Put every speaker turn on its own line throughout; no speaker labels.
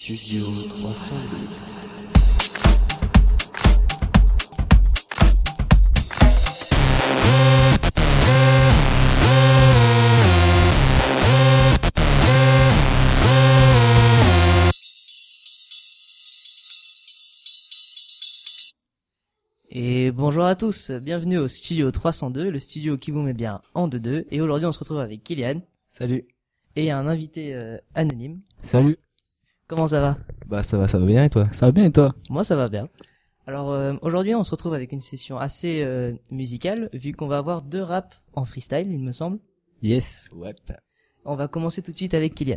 Studio 308.
Et bonjour à tous, bienvenue au Studio 302, le studio qui vous met bien en 2-2. Et aujourd'hui on se retrouve avec Kylian.
Salut.
Et un invité anonyme.
Salut.
Comment ça va?
Bah ça va bien et toi?
Ça va bien et toi?
Moi ça va bien. Alors aujourd'hui on se retrouve avec une session assez musicale, vu qu'on va avoir 2 raps en freestyle il me semble.
Yes. Ouais.
On va commencer tout de suite avec Kylian.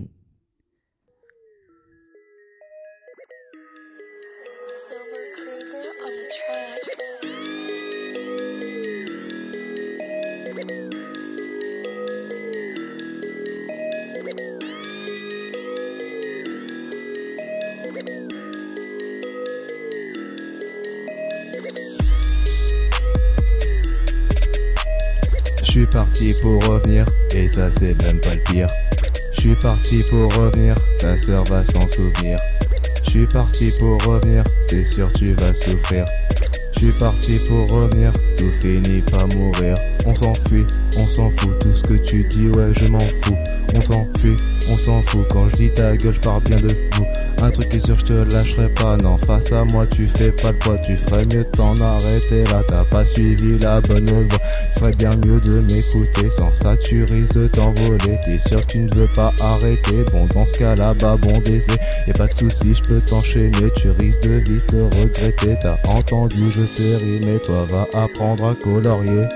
Je suis parti pour revenir, et ça c'est même pas le pire. Je suis parti pour revenir, ta sœur va s'en souvenir. Je suis parti pour revenir, c'est sûr tu vas souffrir. Je suis parti pour revenir, tout finit par mourir. On s'enfuit, on s'en fout, tout ce que tu dis ouais je m'en fous. On s'enfuit, on s'en fout, quand je dis ta gueule je parle bien de vous. Un truc est sûr je te lâcherai pas, non face à moi tu fais pas le poids. Tu ferais mieux de t'en arrêter là, t'as pas suivi la bonne voie. Tu ferais bien mieux de m'écouter, sans ça tu risques de t'envoler. T'es sûr que tu ne veux pas arrêter, bon dans ce cas là bah bon baiser. Y'a pas de soucis, je peux t'enchaîner, tu risques de vite le regretter. T'as entendu, je sais rimer, toi va apprendre à colorier.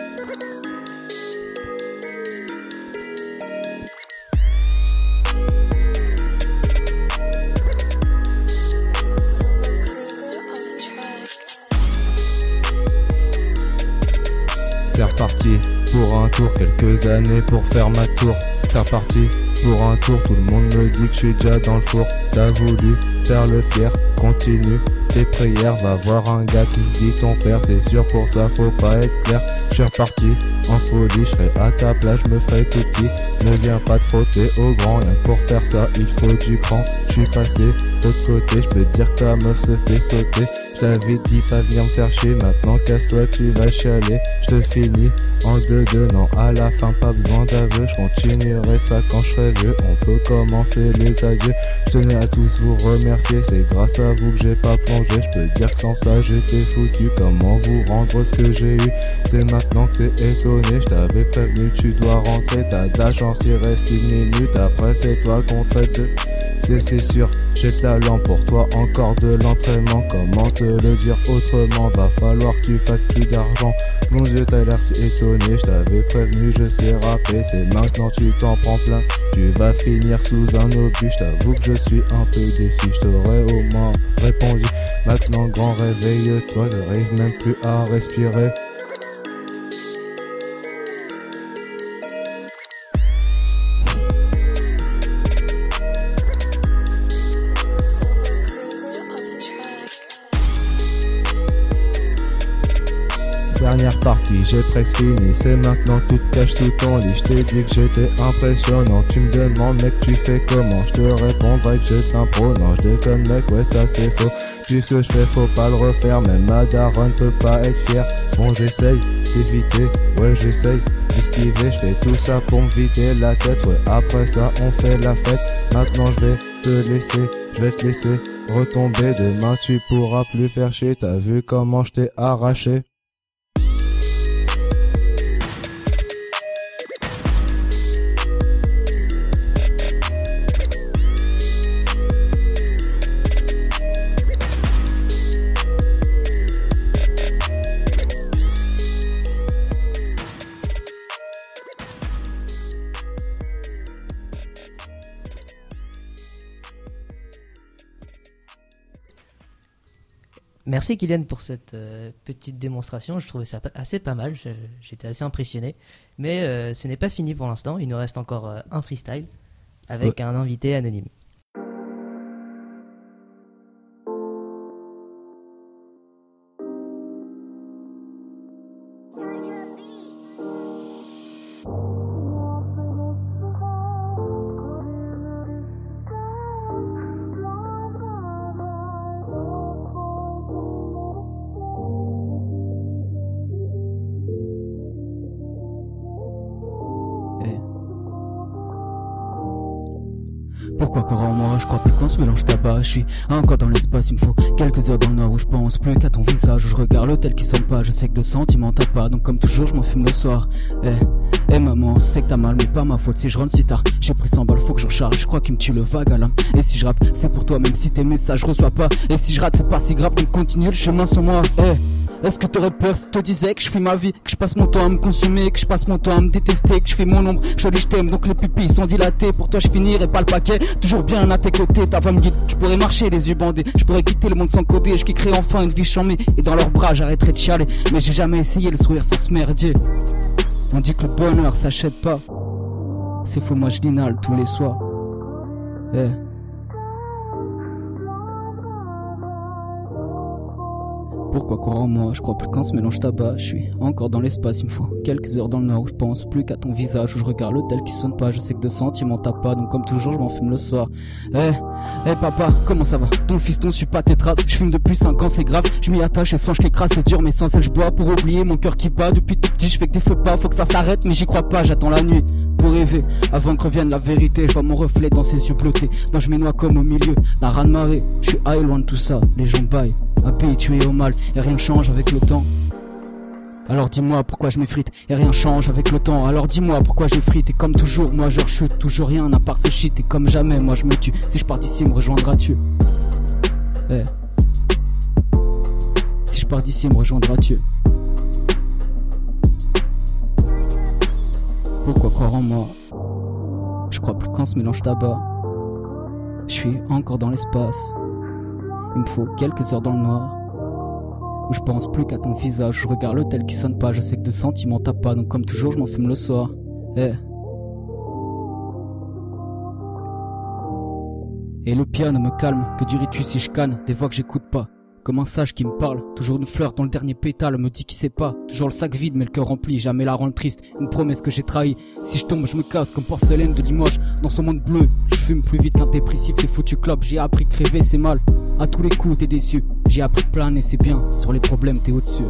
C'est reparti pour un tour, quelques années pour faire ma tour. C'est reparti pour un tour, tout le monde me dit que je suis déjà dans le four. T'as voulu faire le fier, continue tes prières. Va voir un gars qui se dit ton père, c'est sûr pour ça faut pas être clair. Je suis reparti en folie, je serai à ta place, je me ferai tout petit. Ne viens pas te frotter au grand, rien que pour faire ça il faut du cran. Je suis passé de l'autre côté, je peux te dire que ta meuf se fait sauter. Je t'avais dit pas venir me faire chier, maintenant casse-toi tu vas chialer. Je te finis en 2-2, non à la fin pas besoin d'aveu. Je continuerai ça quand je serai vieux, on peut commencer les adieux. Je tenais à tous vous remercier, c'est grâce à vous que j'ai pas plongé. Je peux dire que sans ça j'étais foutu, comment vous rendre ce que j'ai eu. C'est maintenant que t'es étonné, je t'avais prévenu tu dois rentrer. T'as de la chance, il reste 1 minute, après c'est toi qu'on traite de... C'est sûr, j'ai le talent pour toi, encore de l'entraînement. Comment te le dire autrement, va falloir que tu fasses plus d'argent. Mon Dieu t'as l'air si étonné, je t'avais prévenu, je sais rapper. C'est maintenant tu t'en prends plein, tu vas finir sous un obus. Je t'avoue que je suis un peu déçu, je t'aurais au moins répondu. Maintenant grand réveille-toi, j'arrive même plus à respirer. Dernière partie, j'ai presque fini, c'est maintenant tu te caches sous ton lit. Je t'ai dit que j'étais impressionnant, tu me demandes mec tu fais comment. Je te répondrai que je t'impro, non je déconne mec ouais ça c'est faux. Tout ce que je fais faut pas le refaire, même ma daronne peut pas être fière. Bon j'essaye d'éviter, ouais j'essaye d'esquiver. Je fais tout ça pour me vider la tête, ouais après ça on fait la fête. Maintenant je vais te laisser, je vais te laisser retomber. Demain tu pourras plus faire chier, t'as vu comment je t'ai arraché.
Merci Kylian pour cette petite démonstration, je trouvais ça assez pas mal, j'étais assez impressionné. Mais ce n'est pas fini pour l'instant, il nous reste encore un freestyle avec un invité anonyme.
Pourquoi croire en moi, je crois plus qu'on se mélange tabac. Je suis encore dans l'espace, il me faut quelques heures dans le nord où je pense plus qu'à ton visage, où je regarde l'hôtel qui sonne pas. Je sais que de sentiments t'as pas, donc comme toujours je m'en fume le soir. Maman, je sais que t'as mal mais pas ma faute si je rentre si tard. J'ai pris 100 balles, faut que je recharge, je crois qu'il me tue le vague à l'âme. Et si je rappe, c'est pour toi même si tes messages je reçois pas. Et si je rate c'est pas si grave, donc continue le chemin sans moi. Est-ce que t'aurais peur si je te disais que je fais ma vie, que je passe mon temps à me consumer, que je passe mon temps à me détester, que je fais mon ombre, joli je t'aime donc les pupilles sont dilatées. Pour toi je finirai pas le paquet, toujours bien à tes côtés, ta voix me guide. Je pourrais marcher les yeux bandés, je pourrais quitter le monde sans coder, je kickerai enfin une vie charmée. Et dans leurs bras j'arrêterai de chialer, mais j'ai jamais essayé le sourire sans se merdier. On dit que le bonheur s'achète pas, c'est faux, moi je l'inhale tous les soirs. Pourquoi croire en moi, je crois plus qu'en se mélange tabac. Je suis encore dans l'espace, il me faut quelques heures dans le nord où je pense plus qu'à ton visage, où je regarde l'hôtel qui sonne pas. Je sais que de sentiments t'as pas, donc comme toujours je m'en fume le soir. Papa, comment ça va? Ton fiston suit pas tes traces, je fume depuis 5 ans c'est grave. Je m'y attache et sans je l'écrase, c'est dur mais sans elle je bois pour oublier mon cœur qui bat. Depuis tout petit je fais que des feux pas, faut que ça s'arrête mais j'y crois pas, j'attends la nuit pour rêver, avant que revienne la vérité. Je vois mon reflet dans ses yeux bleutés, dont je m'énoie comme au milieu d'un raz-de-marée. Je suis high loin de tout ça, les gens baillent, habitué au mal, et rien change avec le temps. Alors dis-moi pourquoi je m'effrite, et rien change avec le temps. Alors dis-moi pourquoi j'effrite, et comme toujours, moi je rechute. Toujours rien à part ce shit, et comme jamais, moi je me tue. Si je pars d'ici, me rejoindras-tu? Si je pars d'ici, me rejoindras-tu? Pourquoi croire en moi? Je crois plus qu'en se mélange tabac. Je suis encore dans l'espace. Il me faut quelques heures dans le noir, où je pense plus qu'à ton visage. Je regarde l'hôtel qui sonne pas. Je sais que de sentiments t'as pas, donc comme toujours je m'en fume le soir. Et le piano me calme. Que dirais-tu si je canne des voix que j'écoute pas? Comme un sage qui me parle, toujours une fleur dont le dernier pétale me dit qui sait pas. Toujours le sac vide mais le cœur rempli, jamais la rendre triste. Une promesse que j'ai trahie, si je tombe je me casse comme porcelaine de Limoges. Dans ce monde bleu, je fume plus vite qu'un dépressif, c'est foutu clope. J'ai appris que rêver c'est mal, à tous les coups t'es déçu. J'ai appris que planer c'est bien, sur les problèmes t'es au-dessus.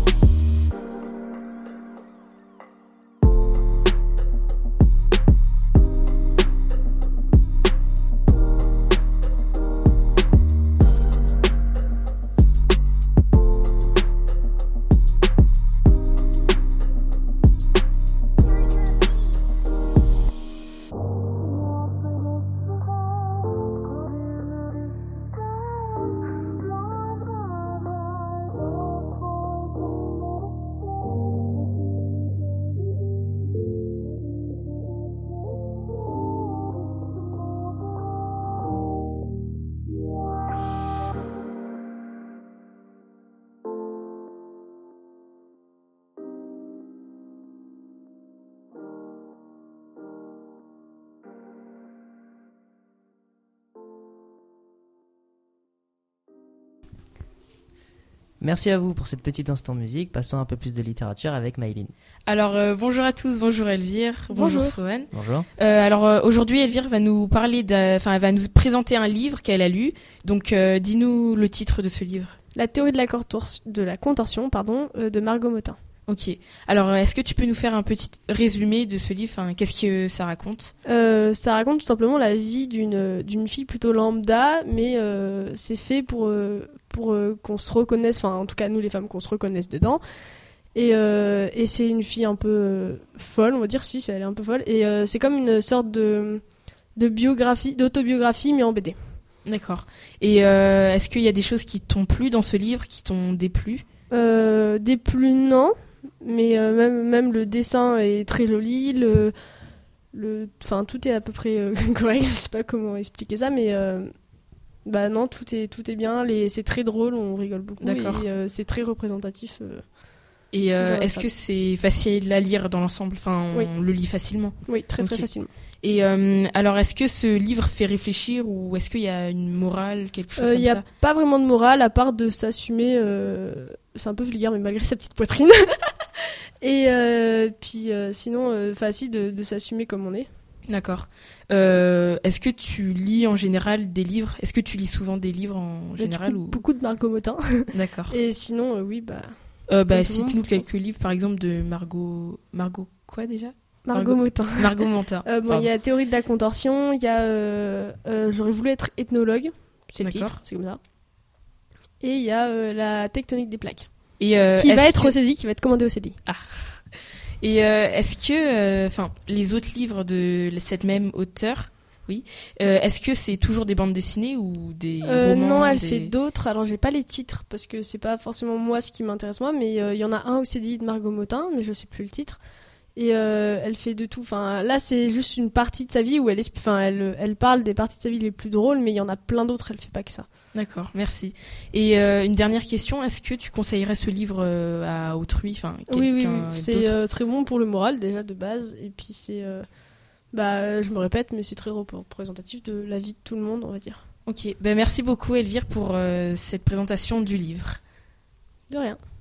Merci à vous pour cette petite instant musique. Passons un peu plus de littérature avec Maïline.
Alors bonjour à tous, bonjour Elvire, bonjour Sohan.
Bonjour.
Aujourd'hui Elvire va nous parler, elle va nous présenter un livre qu'elle a lu. Donc dis-nous le titre de ce livre.
La théorie de la contorsion, de Margot Motin.
Ok. Alors est-ce que tu peux nous faire un petit résumé de ce livre? Qu'est-ce que ça raconte?
Ça raconte tout simplement la vie d'une fille plutôt lambda, mais c'est fait pour qu'on se reconnaisse, enfin en tout cas nous les femmes qu'on se reconnaisse dedans. Et c'est une fille un peu folle, on va dire, si elle est un peu folle. Et c'est comme une sorte de biographie, d'autobiographie mais en BD.
D'accord. Et est-ce qu'il y a des choses qui t'ont plu dans ce livre, qui t'ont déplu?
Déplu non. Mais même le dessin est très joli, enfin tout est à peu près correct, je sais pas comment expliquer ça, mais non, tout est bien, c'est très drôle, on rigole beaucoup.
D'accord.
Et c'est très représentatif.
Et est-ce que c'est facile à lire dans l'ensemble? Oui. On le lit facilement?
Oui, très facilement.
Et alors, est-ce que ce livre fait réfléchir ou est-ce qu'il y a une morale, quelque chose comme ça?
Il n'y a pas vraiment de morale à part de s'assumer. C'est un peu vulgaire, mais malgré sa petite poitrine. Et puis sinon, facile de s'assumer comme on est.
D'accord. Est-ce que tu lis en général des livres? Est-ce que tu lis souvent des livres en général ou...
Beaucoup de Margot Motin.
D'accord.
Et sinon, oui,
cite-nous quelques livres, par exemple, de Margot quoi déjà?
Margot Motin.
Margot Motin.
Il y a Théorie de la contorsion, il y a J'aurais voulu être ethnologue, c'est le
D'accord.
titre, c'est comme ça. Et il y a La tectonique des plaques,
Et,
qui va
est-ce
être
que-
au CDI, qui va être commandé au CDI.
Et est-ce que, les autres livres de cette même auteure, oui, est-ce que c'est toujours des bandes dessinées ou des romans?
Non, elle fait d'autres. Alors, j'ai pas les titres parce que c'est pas forcément moi ce qui m'intéresse moi, mais il y en a un au CDI de Margot Motin, mais je sais plus le titre. Et elle fait de tout. Enfin, là, c'est juste une partie de sa vie où elle parle des parties de sa vie les plus drôles, mais il y en a plein d'autres. Elle fait pas que ça.
D'accord, merci. Et une dernière question, est-ce que tu conseillerais ce livre à autrui,
Oui,
quelqu'un
c'est
d'autre?
très bon pour le moral déjà de base. Et puis c'est, je me répète, mais c'est très représentatif de la vie de tout le monde, on va dire.
Ok, merci beaucoup Elvire pour cette présentation du livre.
De rien.